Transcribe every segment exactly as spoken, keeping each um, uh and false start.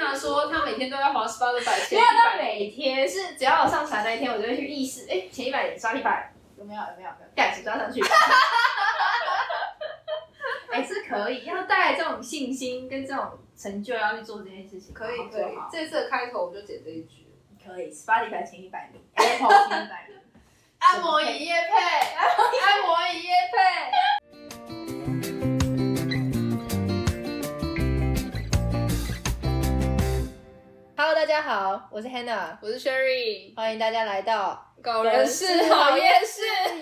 Hannah 说她每天都在滑 Spotify 前没有一百， 到每天，是只要我上传那一天，我就会去意识，哎，前一百点刷一百，有没有？有没有？有没有？干，刷上去。哎，是可以，要带这种信心跟这种成就，要去做这件事情。 可以可以，这次的开头我就剪这一句。 可以 ，Spotify 前一百名 ，Apple 前一百名。 按摩椅业配，按摩椅业配。 Hello， 大家好，我是 Hannah， 我是 Sherry， 欢迎大家来到狗人是好夜市。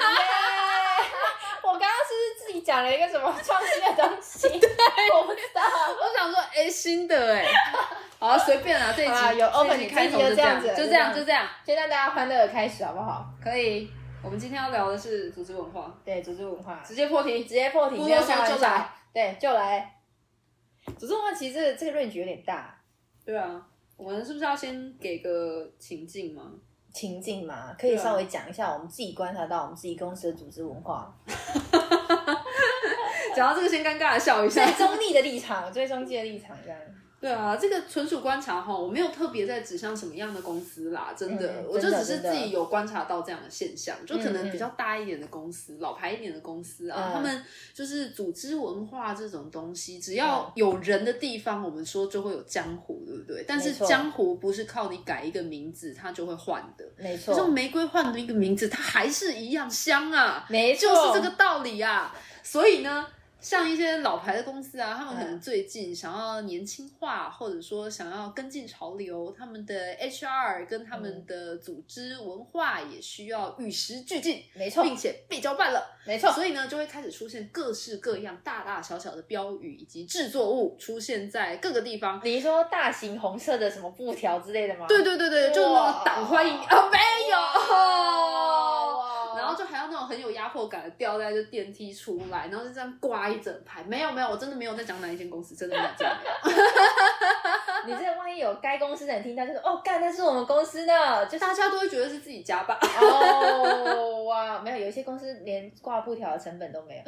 我刚刚是不是自己讲了一个什么创新的东西？对，我不知道。 我想说，哎、欸，新的哎、欸，好随便啦，这一集、 啊、有 open 开头就这样，就这样，就这样， 先让大家欢乐的开始好不好？ 可以。我们今天要聊的是组织文化， 对，组织文化， 直接破题， 直接破题， 不啰嗦就来， 对，就来。组织文化其实这个这个 range 有点大， 对啊，我们是不是要先给个情境吗？ 情境嘛，可以稍微讲一下我们自己观察到我们自己公司的组织文化。 讲到这个，先尴尬的笑一下， 最中立的立场，最中立的立场这样。 对啊，这个纯属观察哈，我没有特别在指向什么样的公司啦，真的， 嗯、 我就只是自己有观察到这样的现象，就可能比较大一点的公司、嗯、老牌一点的公司啊、嗯，他们就是组织文化这种东西，只要有人的地方，我们说就会有江湖，对不对？但是江湖不是靠你改一个名字它就会换的， 没错， 就是玫瑰换了一个名字，它还是一样香啊， 没错， 就是这个道理啊。所以呢，像一些老牌的公司啊，他们可能最近想要年轻化，或者说想要跟进潮流，他们的 H R 跟他们的组织文化也需要与时俱进， 没错， 并且被交办了， 没错。 所以呢，就会开始出现各式各样、大大小小的标语以及制作物出现在各个地方。 你说大型红色的什么布条之类的吗？ 对对对对，就是那种党欢迎啊，没有。然后就还要那种很有压迫感的吊带，就电梯出来，然后就这样挂一整排。没有没有，我真的没有在讲哪一间公司，真的没有这样。 你这万一有该公司的人听到，就说哦，干，那是我们公司的，就大家都会觉得是自己家吧？ 哦哇，没有，有一些公司连挂布条的成本都没有。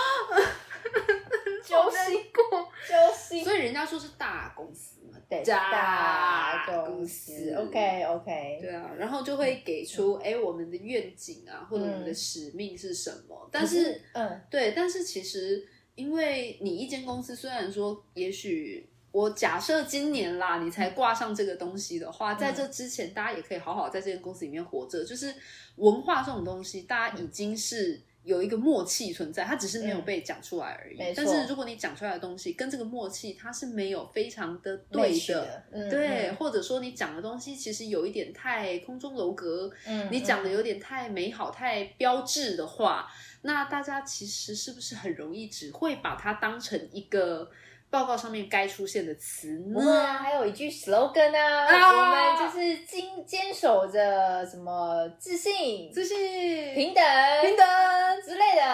揪心过， 揪心。 所以人家说是大公司嘛， 对， 大公司 ，OK OK， 对啊，然后就会给出哎、嗯，我们的愿景啊，或者我们的使命是什么？嗯、但是，嗯，对，但是其实，因为你一间公司虽然说，也许我假设今年啦，你才挂上这个东西的话，在这之前，大家也可以好好在这间公司里面活着。就是文化这种东西，大家已经是有一个默契存在，它只是没有被讲出来而已。嗯、但是如果你讲出来的东西跟这个默契它是没有非常的对的，嗯、对、嗯，或者说你讲的东西其实有一点太空中楼阁，嗯，你讲的有点太美好、太标志的话，那大家其实是不是很容易只会把它当成一个报告上面该出现的词呢？ 不会啊，还有一句 slogan 啊，啊我们就是坚坚守着什么自信、 自信、 平等、 平等之类的。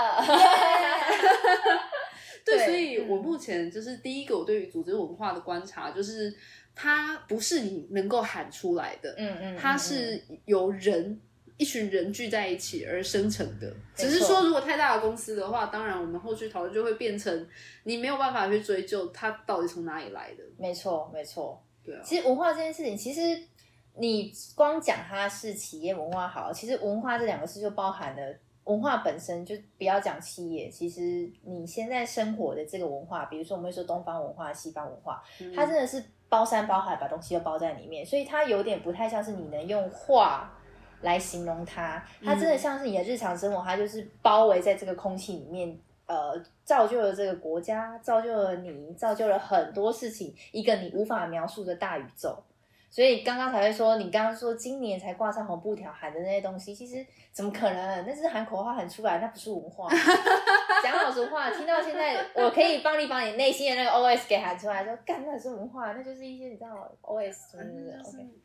Yeah! 对，所以我目前就是第一个我对于组织文化的观察，就是它不是你能够喊出来的，嗯嗯，它是由人。一群人聚在一起而生成的，只是说如果太大的公司的话，当然我们后续讨论就会变成你没有办法去追究它到底从哪里来的。没错没错，对啊。 其实文化这件事情，其实你光讲它是企业文化好，其实文化这两个字就包含了文化本身，就不要讲企业，其实你现在生活的这个文化，比如说我们会说东方文化、西方文化，嗯、它真的是包山包海，把东西都包在里面，所以它有点不太像是你能用话来形容它，它真的像是你的日常生活，它就是包围在这个空气里面，呃，造就了这个国家，造就了你，造就了很多事情，一个你无法描述的大宇宙。所以刚刚才会说，你刚刚说今年才挂上红布条喊的那些东西，其实怎么可能？那是喊口号喊出来，那不是文化。讲老实话，听到现在，我可以帮你把你内心的那个 O S 给喊出来，说干那是文化，那就是一些你知道 O S 什么的。OK， 嗯。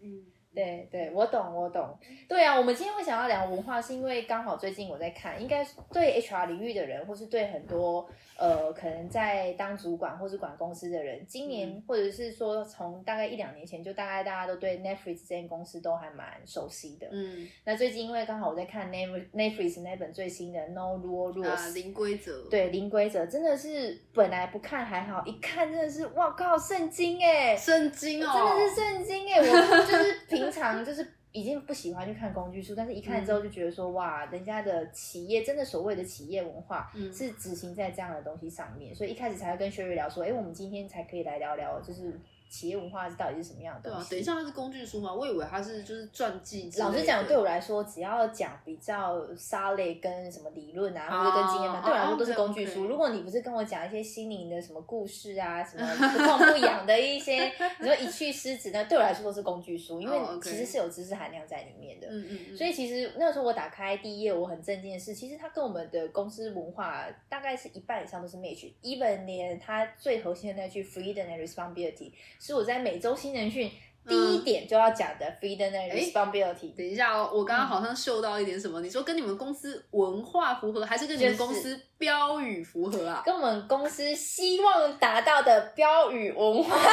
对对，我懂我懂。对啊，我们今天会想要聊文化，是因为刚好最近我在看，应该对 H R 领域的人，或是对很多呃可能在当主管或是管公司的人，今年、嗯、或者是说从大概一两年前，就大概大家都对 Netflix 这间公司都还蛮熟悉的。嗯，那最近因为刚好我在看 Netflix 那本最新的 No Rule Rules、 啊、零规则， 对，零规则真的是本来不看还好，一看真的是哇靠，圣经哎， 圣经哦， 真的是圣经哎，我就是平常就是已经不喜欢去看工具书，但是一看之后就觉得说、嗯、哇，人家的企业真的所谓的企业文化是执行在这样的东西上面，嗯、所以一开始才会跟Sherry聊说，哎，我们今天才可以来聊聊，就是企业文化到底是什么样的东西。 对啊，等一下它是工具书吗？我以为它是就是传记之类的。 老实讲，对我来说，只要讲比较solid跟什么理论啊，或者跟经验嘛，对我来说都是工具书。如果你不是跟我讲一些心灵的什么故事啊，什么不痛不痒的一些，你说一去失职，那对我来说都是工具书，因为其实是有知识含量在里面的。嗯嗯嗯。所以其实那时候我打开第一页，我很震惊的是，其实它跟我们的公司文化大概是一半以上都是 match。even 连它最核心的那句 freedom and responsibility。是我在每周新人训第一点就要讲的 freedom and responsibility、嗯。 等一下哦，我刚刚好像嗅到一点什么、嗯、你说跟你们公司文化符合，还是跟你们公司标语符合啊？ 跟我们公司希望达到的标语文化。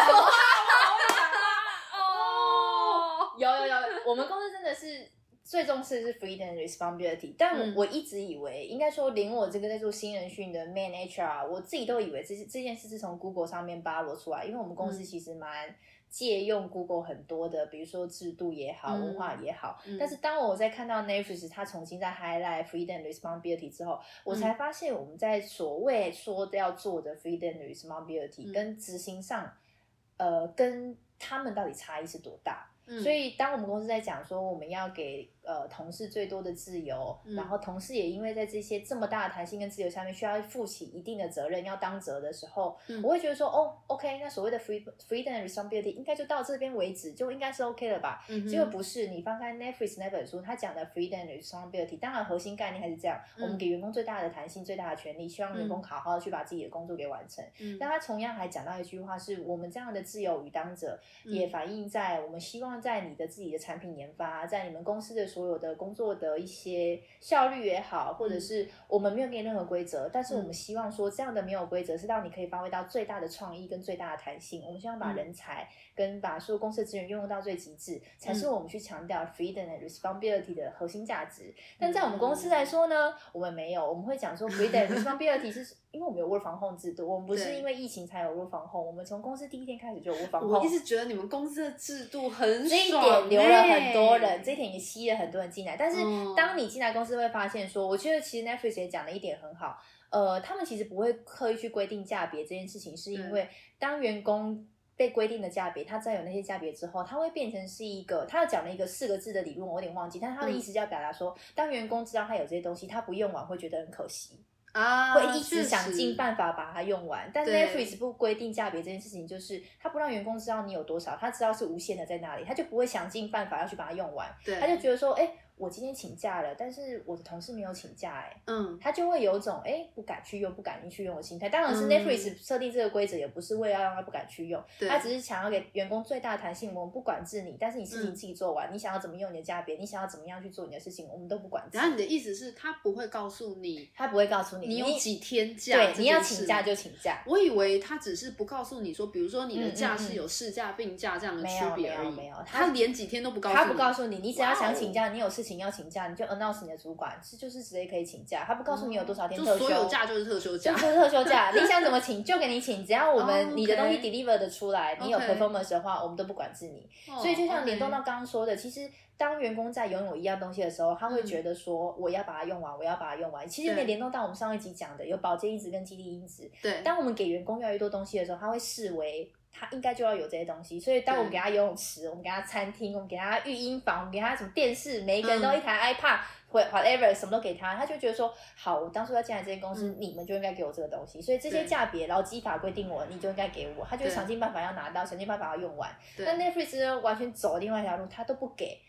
哦，有有有，我们公司真的是最重视的是 freedom and responsibility， 但我一直以为、嗯、应该说连我这个在做新人训的 main H R， 我自己都以为这这件事是从 Google 上面扒罗出来，因为我们公司其实蛮借用 Google 很多的，比如说制度也好、嗯、文化也好、嗯、但是当我在看到 Netflix 它重新在 highlight freedom and responsibility 之后，我才发现我们在所谓说要做的 freedom and responsibility、嗯、跟执行上呃，跟他们到底差异是多大。嗯、所以当我们公司在讲说我们要给呃同事最多的自由、嗯、然后同事也因为在这些这么大的弹性跟自由下面需要负起一定的责任，要当责的时候、嗯、我会觉得说哦 OK， 那所谓的 free, freedom and responsibility 应该就到这边为止，就应该是 OK 了吧、嗯、结果不是，你翻开 Netflix 那本书，他讲的 freedom and responsibility 当然核心概念还是这样、嗯、我们给员工最大的弹性，最大的权利，希望员工好好的去把自己的工作给完成、嗯、但他同样还讲到一句话，是我们这样的自由与当责、嗯、也反映在我们希望在你的自己的产品研发，在你们公司的所有的工作的一些效率也好，或者是我们没有给你任何规则、嗯、但是我们希望说这样的没有规则是让你可以发挥到最大的创意跟最大的弹性，我们希望把人才跟把所有公司的资源用到最极致、嗯、才是我们去强调 freedom and responsibility 的核心价值。但在我们公司来说呢，我们没有，我们会讲说 freedom and responsibility 是因为我们有 work from home 制度，我们不是因为疫情才有 work from home， 我们从公司第一天开始就有 work from home。 我一直觉得你们公司的制度很爽、欸、 这一点留了很多人，这一点也吸了很多人进来。但是当你进来公司会发现说，我觉得其实 Netflix 也讲了一点很好，呃，他们其实不会刻意去规定价别这件事情，是因为当员工被规定的价别，他知道有那些价别之后，他会变成是一个，他要讲了一个四个字的理论，我有点忘记，但是他的意思就要表达说、嗯、当员工知道他有这些东西，他不用完会觉得很可惜啊，会一直想尽办法把它用完。但 Netflix 不规定价别这件事情，就是他不让员工知道你有多少，他知道是无限的在哪里，他就不会想尽办法要去把它用完。对，他就觉得说，哎，我今天请假了，但是我的同事没有请假，哎，嗯，他就会有种哎不敢去用、不敢去用的心态。当然是 Netflix 设定这个规则，也不是为了让他不敢去用，他只是想要给员工最大的弹性。我们不管制你，但是你事情自己做完，嗯、你想要怎么用你的价别，你想要怎么样去做你的事情，我们都不管制。 然后你的意思是，他不会告诉你， 他不会告诉你， 你有几天假， 对，你要请假就请假。 我以为他只是不告诉你说，比如说你的假是有事假、病假这样的区别而已， 没有没有， 他连几天都不告诉你， 他不告诉你，你只要想请假，你有事情要请假，你就 announce 你的主管，是就是直接可以请假，他不告诉你有多少天特休， 就所有假就是特休假， 就是特休假，你想怎么请就给你请，只要我们、oh, okay. 你的东西 deliver 的出来，你有 performance 的话，我们都不管制你。Oh, 所以就像联动到刚刚说的， okay. 其实当员工在拥有一样东西的时候，他会觉得说我要把它用完，我要把它用完。其实也联动到我们上一集讲的有保健因子跟激励因子。对，当我们给员工越来越多东西的时候，他会视为他应该就要有这些东西，所以当我们给他游泳池，我们给他餐厅，我们给他育婴房，我们给他什么电视，每一个人都一台 iPad、嗯、whatever 什么都给他，他就觉得说好，我当初要进来这间公司、嗯、你们就应该给我这个东西，所以这些价别劳基法规定我，你就应该给我，他就想尽办法要拿到，想尽办法要用完。那 Netflix 完全走另外一条路，他都不给，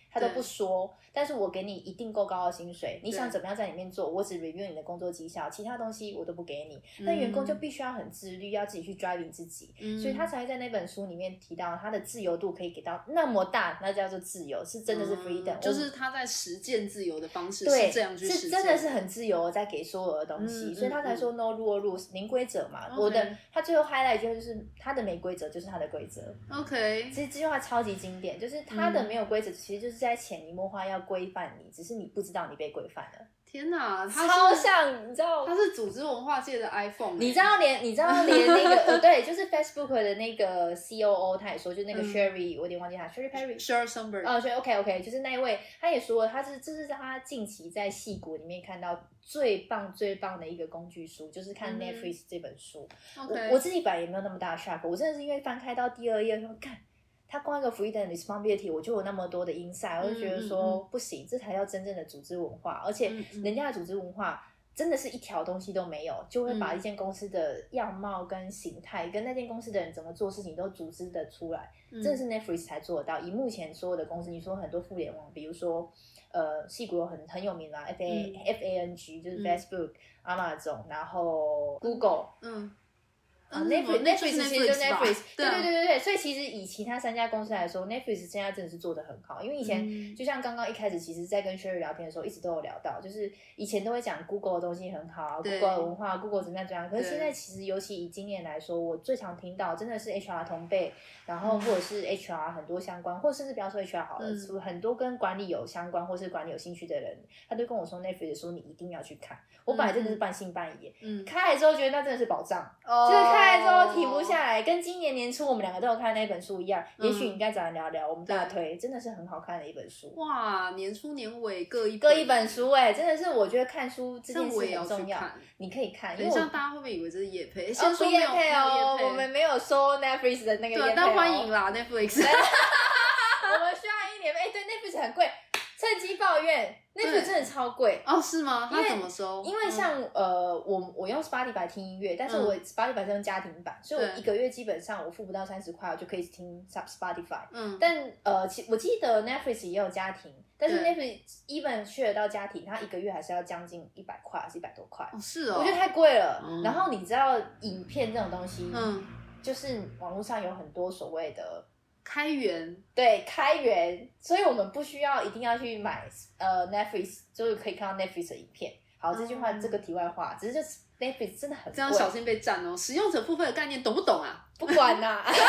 他都不说，但是我给你一定够高的薪水，你想怎么样在里面做，我只 review 你的工作绩效，其他东西我都不给你。那、嗯、员工就必须要很自律，要自己去 driving 自己、嗯、所以他才会在那本书里面提到他的自由度可以给到那么大，那叫做自由，是真的是 freedom、嗯、 就是他在实践自由的方式是这样去实践， 是真的是很自由在给所有的东西、嗯、所以他才说 no rule rules 零规则嘛、okay. 我的他最后 highlight 一句就是他的没规则就是他的规则 OK， 其实这句话超级经典，就是他的没有规则、嗯、其实就是在潜移默化要规范你，只是你不知道你被规范了。 天哪，他超像，你知道， 他是组织文化界的 iPhone， 你知道连你知道连那个呃对，就是 Facebook 的那个 C O O 他也说，就那个 Sherry、嗯、我有点忘记他 Sherry Perry，Sheryl Sandberg， 哦 ，OK OK， 就是那一位，他也说他是这是他近期在矽谷里面看到最棒最棒的一个工具书，就是看 Netflix 这本书。嗯、 okay. 我我自己本来也没有那么大的 shock， 我真的是因为翻开到第二页说看。他光一个 freedom and responsibility 我就有那么多的 insight， 我就觉得说、嗯嗯、不行，这才叫真正的组织文化，而且人家的组织文化真的是一条东西都没有，就会把一间公司的样貌跟形态、嗯、跟那间公司的人怎么做事情都组织的出来、嗯、真的是 Netflix 才做得到。以目前所有的公司，你说很多互联网，比如说呃矽谷有很很有名啦 F A、嗯、F A N G 就是 Facebook、Amazon、嗯、然后 Google， 嗯啊、uh, Netflix Netflix 其实就 Netflix， 对对对对对，所以其实以其他三家公司来说 ，Netflix 现在真的是做得很好。因为以前、嗯、就像刚刚一开始，其实在跟 Sherry 聊天的时候，一直都有聊到，就是以前都会讲 Google 的东西很好啊 ，Google 的文化 ，Google 怎么样怎么样。可是现在其实尤其以今年来说，我最常听到真的是 H R 同辈，然后或者是 H R 很多相关，或者甚至不要说 H R 好了，嗯、很多跟管理有相关或是管理有兴趣的人，他都跟我说 Netflix 说你一定要去看。我本来真的是半信半疑，嗯，开来之后觉得那真的是宝藏，哦、就是开来之后停不下来，跟今年年初我们两个都有看那本书一样。嗯、也许你应该找人聊聊，我们大推，真的是很好看的一本书。 哇，年初年尾各一各一本书、欸，哎，真的是我觉得看书这件事很重要。你可以看，因为像大家会不会以为这是业配？ 先说业配哦，我们没有收 Netflix 的那个业配、哦， 但欢迎啦 Netflix。 我们需要一年，哎、欸，对 Netflix 很贵。趁机抱怨 Netflix 真的超贵哦，是吗？他怎么收？ 因为像、嗯、呃，我我用 Spotify 听音乐，但是我 Spotify 是用家庭版，嗯、所以我一个月基本上我付不到三十块，我就可以听 Spotify。嗯，但呃，其我记得 Netflix 也有家庭，但是 Netflix even share 到家庭，它一个月还是要将近一百块，还是一百多块？ 哦，是哦， 我觉得太贵了。嗯、然后你知道影片这种东西，嗯，就是网络上有很多所谓的。 开源， 对，开源，所以我们不需要一定要去买呃 Netflix， 就是可以看到 Netflix 的影片。好，这句话、嗯、这个题外话，只是就是 Netflix 真的很贵， 这样小心被占哦。使用者付费的概念懂不懂啊？ 不管啦、啊。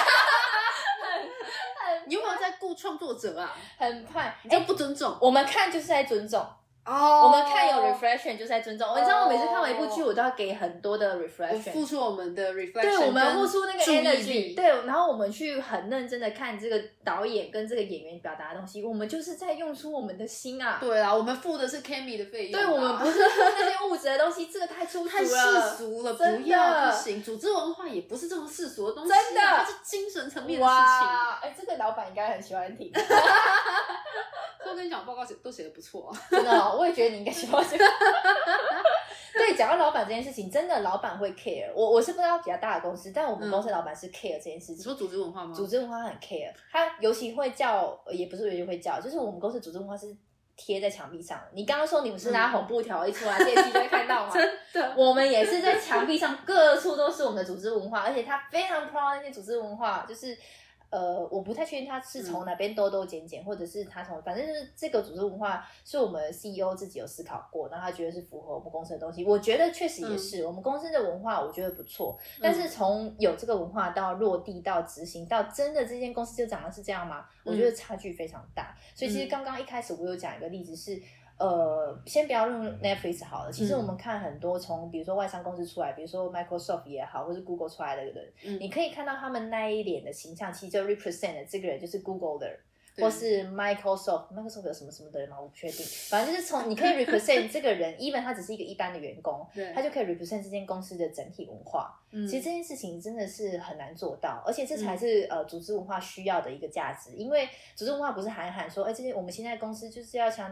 你有没有在顾创作者啊？ 很怕， 你这不尊重、欸。 我们看就是在尊重。哦、oh, 我们看有 reflection 就是在尊重。Oh, 你知道我每次看完一部剧，我都要给很多的 reflection， 付出我们的 reflection， 对，我们付出那个 energy， 对，然后我们去很认真的看这个导演跟这个演员表达的东西，我们就是在用出我们的心啊。 对啊，我们付的是 Cammy 的费用， 对，我们不是付那些物质的东西，这个太粗俗了， 太世俗了，不要，不行。组织文化也不是这种世俗的东西、啊，真的，它是精神层面的事情。哇， 哎，这个老板应该很喜欢听。 我跟你讲，报告写都写得不错、啊， 真的、哦，我也觉得你应该喜欢这个。对，讲到老板这件事情，真的老板会 care。我我是不知道比较大的公司，但我们公司老板是 care 这件事情。你说组织文化吗？ 组织文化很 care， 他尤其会叫，也不是尤其会叫，就是我们公司组织文化是贴在墙壁上。你刚刚说你们是拿红布条一出来，电梯就会看到吗？ 真的， 我们也是在墙壁上，各处都是我们的组织文化，而且他非常 proud 那些组织文化，就是。呃，我不太确定他是从哪边兜兜剪剪，嗯、或者是他从，反正就是这个组织文化是我们 C E O 自己有思考过，然后他觉得是符合我们公司的东西。我觉得确实也是，嗯、我们公司的文化我觉得不错，嗯、但是从有这个文化到落地到执行到真的这间公司就长得是这样吗？我觉得差距非常大。嗯、所以其实刚刚一开始我有讲一个例子是。呃，先不要用 Netflix 好了。其实我们看很多从比如说外商公司出来，比如说 Microsoft 也好，或是 Google 出来的人，嗯、你可以看到他们那一脸的形象，其实就 represent 的这个人就是 Google 的人，或是 Microsoft Microsoft 有什么什么的人吗？我不确定。反正就是从你可以 represent 这个人，even 他只是一个一般的员工，他就可以 represent 这间公司的整体文化。嗯、其实这件事情真的是很难做到，而且这才是、嗯、呃组织文化需要的一个价值。因为组织文化不是喊喊说，哎，这些我们现在公司就是要强调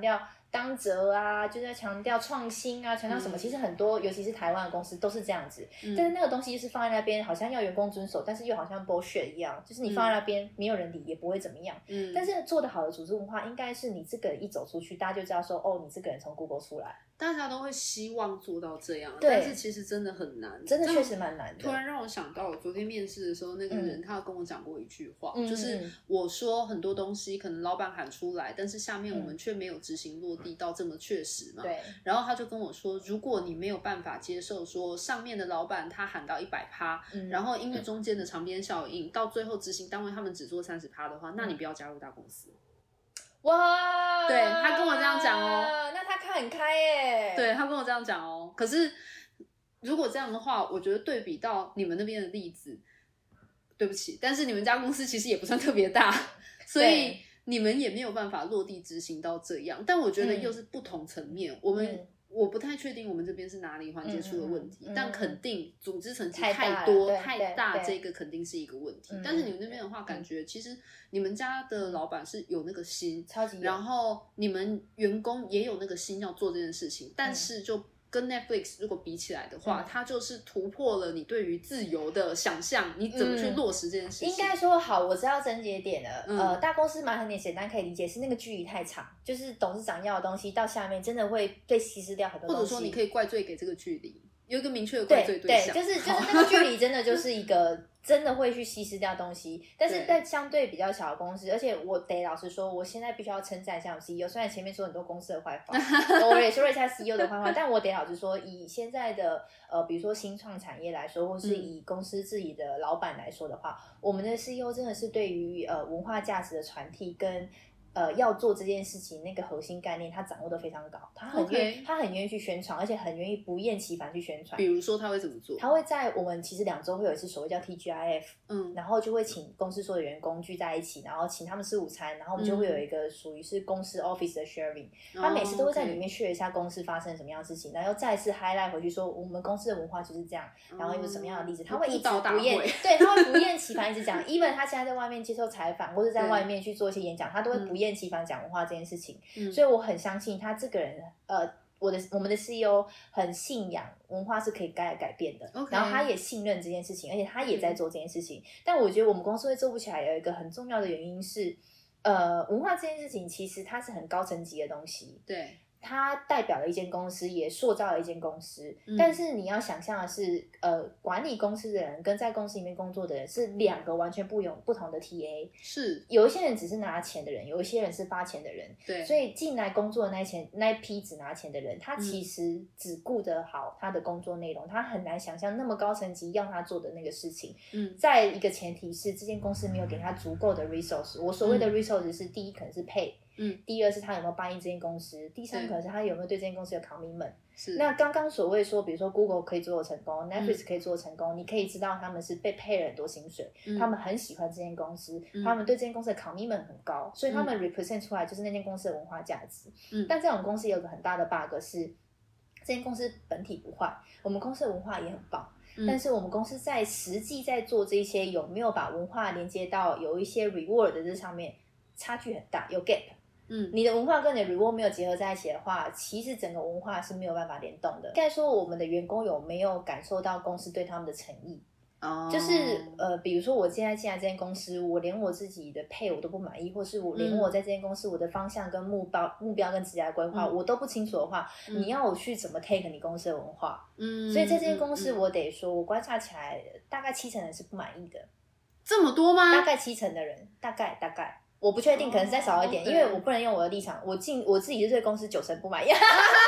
当责啊，就是在强调创新啊，强调什么、嗯、其实很多尤其是台湾的公司都是这样子、嗯、但是那个东西就是放在那边好像要员工遵守，但是又好像 bullshit 一样，就是你放在那边、嗯、没有人理也不会怎么样、嗯、但是做得好的组织文化应该是你这个人一走出去大家就知道说哦，你这个人从 Google 出来， 大家都会希望做到这样，但是其实真的很难， 真的确实蛮难的。 突然让我想到我昨天面试的时候那个人、嗯、他跟我讲过一句话、嗯、就是我说很多东西可能老板喊出来，但是下面我们却没有执行落地到这么确实嘛、嗯、对。然后他就跟我说，如果你没有办法接受说上面的老板他喊到 百分之百、嗯、然后因为中间的长边效应、嗯、到最后执行单位他们只做 百分之三十 的话，那你不要加入大公司。 哇， 对，他跟我这样讲哦， 那他看很开耶。 对，他跟我这样讲哦。可是如果这样的话，我觉得对比到你们那边的例子，对不起，但是你们家公司其实也不算特别大，所以你们也没有办法落地执行到这样。但我觉得又是不同层面，嗯、我们、嗯、我不太确定我们这边是哪里环节出了问题，嗯嗯、但肯定组织层级太多太大，这个肯定是一个问题。但是你们那边的话，感觉其实你们家的老板是有那个心， 超级有， 然后你们员工也有那个心要做这件事情，但是就跟 Netflix 如果比起来的话、嗯、它就是突破了你对于自由的想象，你怎么去落实这件事情、嗯、 应该说好，我知道症结点了、嗯、呃，大公司蛮很简单可以理解，是那个距离太长，就是董事长要的东西到下面真的会被稀释掉很多东西， 或者说你可以怪罪给这个距离，有一个明确的怪罪对象， 对，就是就是那个距离真的就是一个真的会去稀释掉东西，但是在相对比较小的公司，而且我得老实说，我现在必须要称赞一下我 C E O， 虽然前面说很多公司的坏话，我也说了一下 C E O 的坏话，但我得老实说，以现在的呃，比如说新创产业来说，或是以公司自己的老板来说的话，嗯、我们的 C E O 真的是对于呃文化价值的传递跟呃，要做这件事情那个核心概念他掌握得非常高，他很愿意、okay. 他很愿意去宣传，而且很愿意不厌其烦去宣传。 比如说他会怎么做？ 他会在我们其实两周会有一次所谓叫 T G I F， 嗯，然后就会请公司所有的员工聚在一起，然后请他们吃午餐，然后我们就会有一个属于是公司 office 的 sharing，、嗯、他每次都会在里面 share 一下公司发生什么样的事情，然后又再次 highlight 回去说我们公司的文化就是这样，然后有什么样的例子，嗯、他会一直不厌，对，他会不厌其烦一直讲even 他现在在外面接受采访或者在外面去做一些演讲，他都会不厌其烦讲文化这件事情、嗯、所以我很相信他这个人呃，我的我们的 C E O 很信仰文化是可以改改变的、okay. 然后他也信任这件事情，而且他也在做这件事情、嗯、但我觉得我们公司会做不起来有一个很重要的原因是呃，文化这件事情其实它是很高层级的东西， 对， 它代表了一间公司，也塑造了一间公司、嗯、但是你要想象的是呃，管理公司的人跟在公司里面工作的人是两个完全不有不同的 T A， 是有一些人只是拿钱的人，有一些人是发钱的人，对，所以进来工作的那一钱那一批只拿钱的人，他其实只顾得好他的工作内容、嗯、他很难想象那么高层级要他做的那个事情，嗯，在一个前提是这间公司没有给他足够的 resource， 我所谓的 resource 是、嗯、第一可能是 pay，嗯，第二是他有没有答应这间公司，第三可能是他有没有对这间公司的 commitment。是，那刚刚所谓说，比如说 Google 可以做成功、嗯、Netflix 可以做成功，你可以知道他们是被配了很多薪水、嗯、他们很喜欢这间公司、嗯、他们对这间公司的 commitment 很高，所以他们 represent 出来就是那间公司的文化价值、嗯、但这种公司有个很大的 bug 是这间公司本体不坏，我们公司的文化也很棒、嗯、但是我们公司在实际在做这些有没有把文化连接到有一些 reward 的这上面差距很大，有 gap，嗯，你的文化跟你的 reward 没有结合在一起的话，其实整个文化是没有办法联动的。应该说我们的员工有没有感受到公司对他们的诚意？哦，就是呃，比如说我现在进来这间公司，我连我自己的配我都不满意，或是我连我在这间公司我的方向跟目标、目标跟职业规划、嗯、我都不清楚的话、嗯，你要我去怎么 take 你公司的文化？嗯，所以在这间公司我得说，我观察起来大概七成人是不满意的。 这么多吗？ 大概七成的人，大概大概。我不确定，可能再少一点， oh, okay. 因为我不能用我的立场，我进我自己是对公司九成不满意，很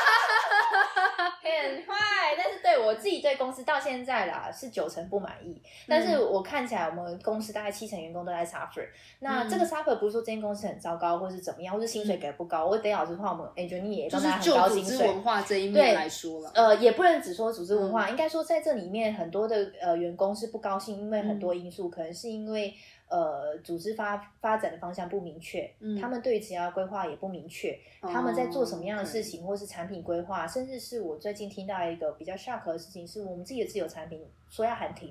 坏。但是对我自己对公司到现在啦是九成不满意，但是我看起来我们公司大概七成员工都在 suffer。那这个 suffer 不是说这间公司很糟糕，或是怎么样，或是薪水给不高。我得老实话，我们 engineer 也都拿很高薪水。 就是就组织文化这一面来说了， 呃，也不能只说组织文化，嗯、应该说在这里面很多的呃员工是不高兴，因为很多因素，嗯、可能是因为。呃，组织发发展的方向不明确、嗯，他们对于职业规划也不明确、哦，他们在做什么样的事情，或是产品规划，甚至是我最近听到一个比较 shock 的事情，是我们自己的自有产品说要喊停了。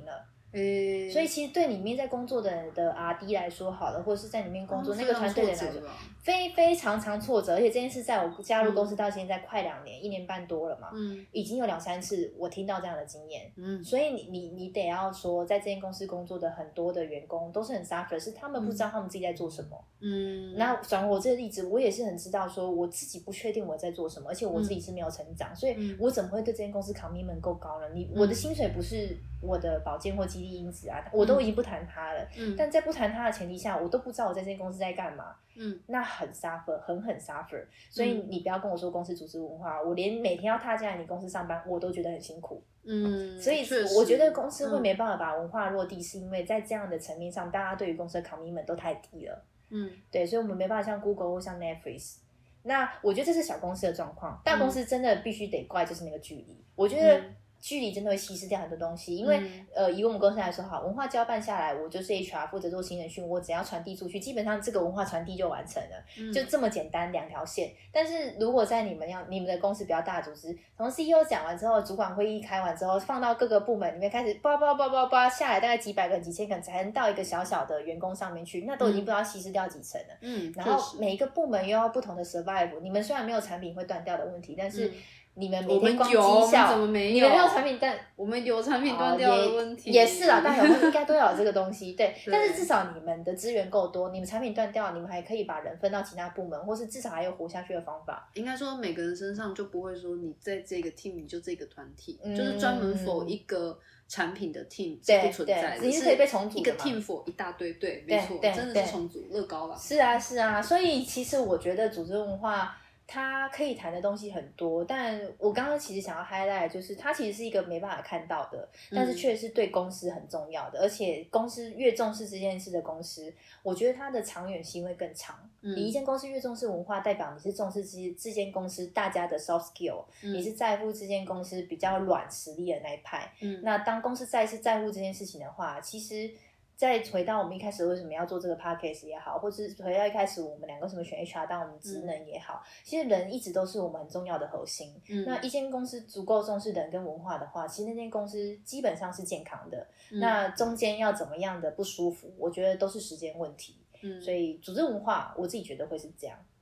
欸、所以其实对里面在工作的人的 R D 来说好了，或者是在里面工作、哦、那个团队的人来说，非非常常挫折。而且这件事在我加入公司到现在快两年、嗯、一年半多了嘛，嗯，已经有两三次我听到这样的经验，嗯，所以你你你得要说，在这间公司工作的很多的员工都是很 suffer， 是他们不知道他们自己在做什么，嗯，那转我这个例子，我也是很知道说我自己不确定我在做什么，而且我自己是没有成长，嗯、所以我怎么会对这间公司 commitment 够高呢？你我的薪水不是我的保健或激励因子啊，我都已经不谈它了，嗯，但在不谈它的前提下，我都不知道我在这间公司在干嘛，嗯，那很 suffer， 很很 suffer， 所以你不要跟我说公司组织文化，我连每天要踏进来你公司上班，我都觉得很辛苦，嗯，所以我觉得公司会没办法把文化落地，是因为在这样的层面上，大家对于公司的 commitment 都太低了，嗯，对，所以我们没办法像 Google 或像 Netflix。那我觉得这是小公司的状况，大公司真的必须得怪就是那个距离，我觉得距离真的会稀释掉很多东西，因为、嗯、呃，以我们公司来说，好，文化交办下来，我就是 H R 负责做新人训，我只要传递出去，基本上这个文化传递就完成了，嗯、就这么简单，两条线。但是如果在你们要你们的公司比较大的组织，从 C E O 讲完之后，主管会议开完之后，放到各个部门里面开始叭叭叭叭叭下来，大概几百个、几千个人才能到一个小小的员工上面去，那都已经不知道稀释掉几层了。嗯，然后每一个部门又要不同的 survive， 你们虽然没有产品会断掉的问题，但是、嗯你们每天光绩效， 怎么没有？ 你们没有产品断， 我们有产品断掉的问题， 也, 也是啦，但有应该都要有这个东西，对。但是至少你们的资源够多，你们产品断掉，你们还可以把人分到其他部门，或是至少还有活下去的方法。 应该说每个人身上就不会说你在这个 team 你就这个团体，嗯、就是专门 for 一个产品的 team 是不存在的， 只是可以被重组的，一个 team for 一大堆，对，没错，真的是重组乐高了。 是啊，是啊，所以其实我觉得组织文化。它可以谈的东西很多，但我刚刚其实想要 highlight 就是它其实是一个没办法看到的，但是却是对公司很重要的，嗯、而且公司越重视这件事的公司，我觉得它的长远性会更长。嗯、你一间公司越重视文化，代表你是重视这这间公司大家的 soft skill，嗯、你是在乎这间公司比较软实力的那一派。嗯、那当公司再次在乎这件事情的话，其实再回到我们一开始为什么要做这个 podcast 也好，或者是回到一开始我们两个为什么选 H R 当我们职能也好，嗯、其实人一直都是我们很重要的核心。嗯、那一间公司足够重视人跟文化的话，其实那间公司基本上是健康的。嗯、那中间要怎么样的不舒服，我觉得都是时间问题。嗯、所以组织文化我自己觉得会是这样。